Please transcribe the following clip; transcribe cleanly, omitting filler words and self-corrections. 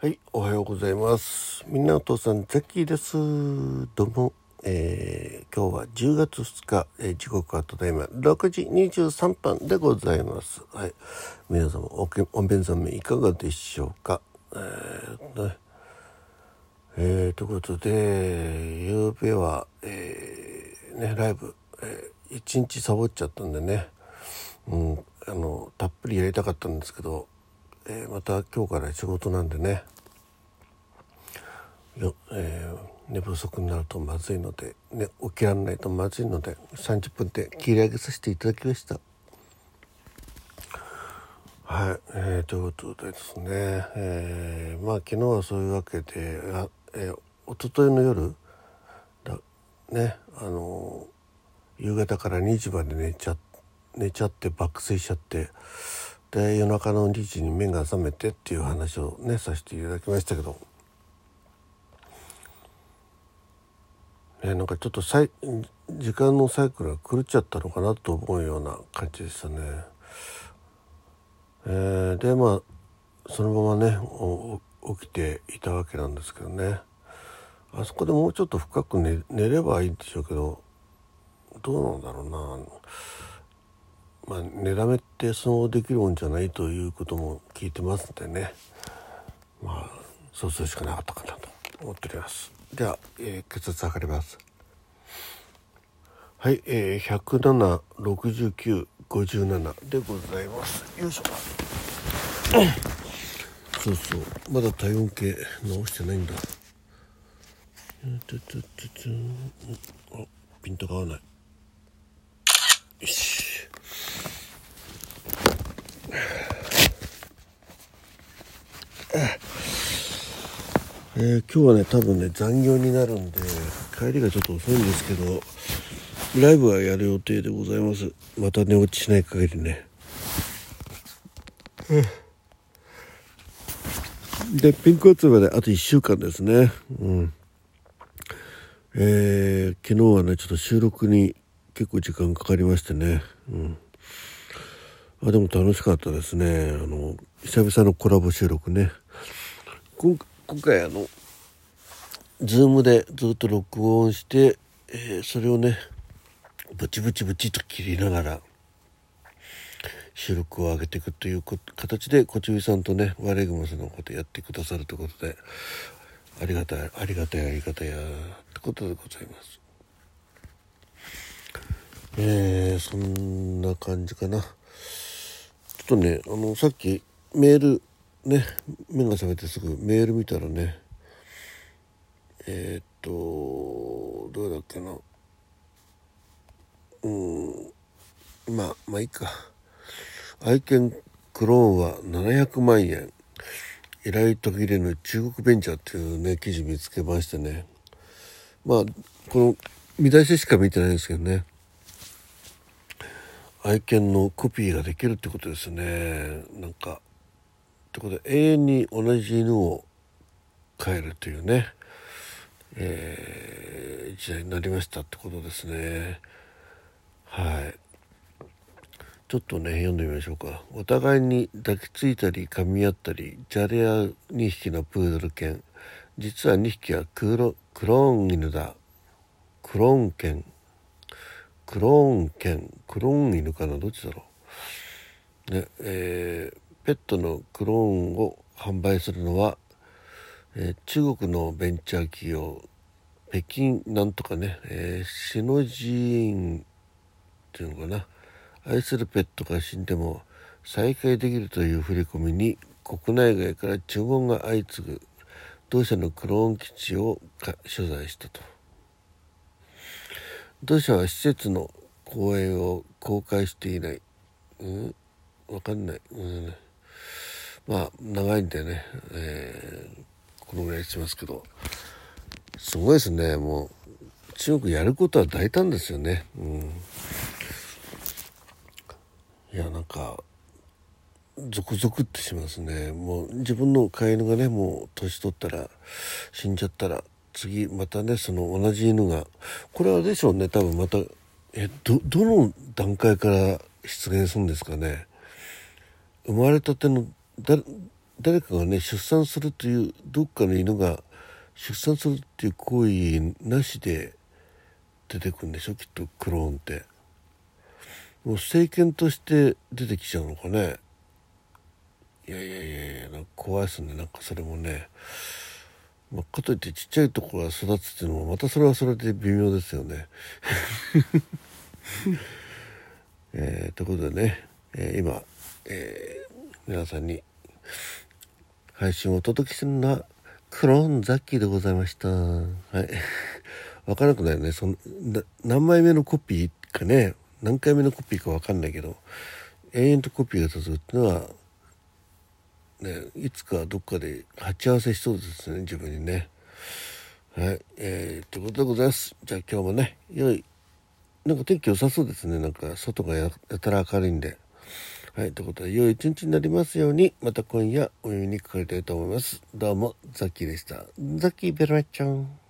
はい、おはようございます。みんなお父さんザッキーです。どうも、今日は10月2日、時刻はただいま6時23分でございます。はい、皆様お弁ざめいかがでしょうか。ということで、夕べは、ライブ、1日サボっちゃったんでね、たっぷりやりたかったんですけど、また今日から仕事なんでね、寝不足になるとまずいので、起きられないとまずいので30分で切り上げさせていただきました。はい、ということでですね、昨日はそういうわけで、一昨日の夜ね、夕方から2時まで寝ちゃって爆睡しちゃって、で夜中の2時に目が覚めてっていう話をねさせていただきましたけど、なんかちょっと時間のサイクルが狂っちゃったのかなと思うような感じでしたね。でそのままね起きていたわけなんですけどね、あそこでもうちょっと深く寝ればいいんでしょうけど、どうなんだろうな。寝だめってそうできるもんじゃないということも聞いてますんでね、そうするしかなかったかなと思っております。では、血圧測ります。はい、107、69、57でございます。よいしょ。そうまだ体温計直してないんだ。ピントが合わない。よし。今日はね多分ね残業になるんで帰りがちょっと遅いんですけど、ライブはやる予定でございます。また寝落ちしない限りね。でピンク発売であと1週間ですね。昨日はねちょっと収録に結構時間かかりましてね、でも楽しかったですね。久々のコラボ収録ね。今回ズームでずっと録音して、それをねブチと切りながら収録を上げていくという形でこちびさんとねワレグマさんのことやってくださるということで、ありがたやってことでございます。そんな感じかな。ちょっとねさっきメールね、目が覚めてすぐメール見たらね、どうだっけな、いいか。愛犬クローンは700万円、依頼途切れの中国ベンチャーっていうね記事見つけましてね、この見出ししか見てないんですけどね、愛犬のコピーができるってことですね。なんかってことで永遠に同じ犬を飼えるというね、時代になりましたってことですね。はい、ちょっとね読んでみましょうか。お互いに抱きついたり噛み合ったりじゃれ合う2匹のプードル犬。実は2匹はクローン犬だ。クローン犬かな、どっちだろうね。ペットのクローンを販売するのは、中国のベンチャー企業北京なんとかね、シノジーンっていうのかな。愛するペットが死んでも再会できるという振り込みに国内外から注文が相次ぐ同社のクローン基地を取材したと。同社は施設の公園を公開していない。わかんない。長いんでね、このぐらいしますけど、すごいですね。もう中国やることは大胆ですよね。いやなんかゾクゾクってしますね。もう自分の飼い犬がねもう年取ったら死んじゃったら次またねその同じ犬が、これはでしょうね、多分またどの段階から出現するんですかね。生まれたての誰かがね出産するという、どっかの犬が出産するっていう行為なしで出てくるんでしょ、きっとクローンって。もう聖剣として出てきちゃうのかね。いやなんか怖いですね。なんかそれもね、かといってちっちゃいところが育つっていうのもまたそれはそれで微妙ですよね。ということでね、今、皆さんに配信をお届けするのはクローンザッキーでございました。はい。わからなくないよね。何枚目のコピーかね、何回目のコピーかわかんないけど、永遠とコピーが続くっていうのは、ね、いつかどっかで鉢合わせしそうですね、自分にね。はい。ということでございます。じゃあ今日もね、なんか天気良さそうですね。なんか外がやたら明るいんで。はい。ということで、良い一日になりますように、また今夜お耳にかかりたいと思います。どうも、ザッキーでした。ザッキーベラちゃん。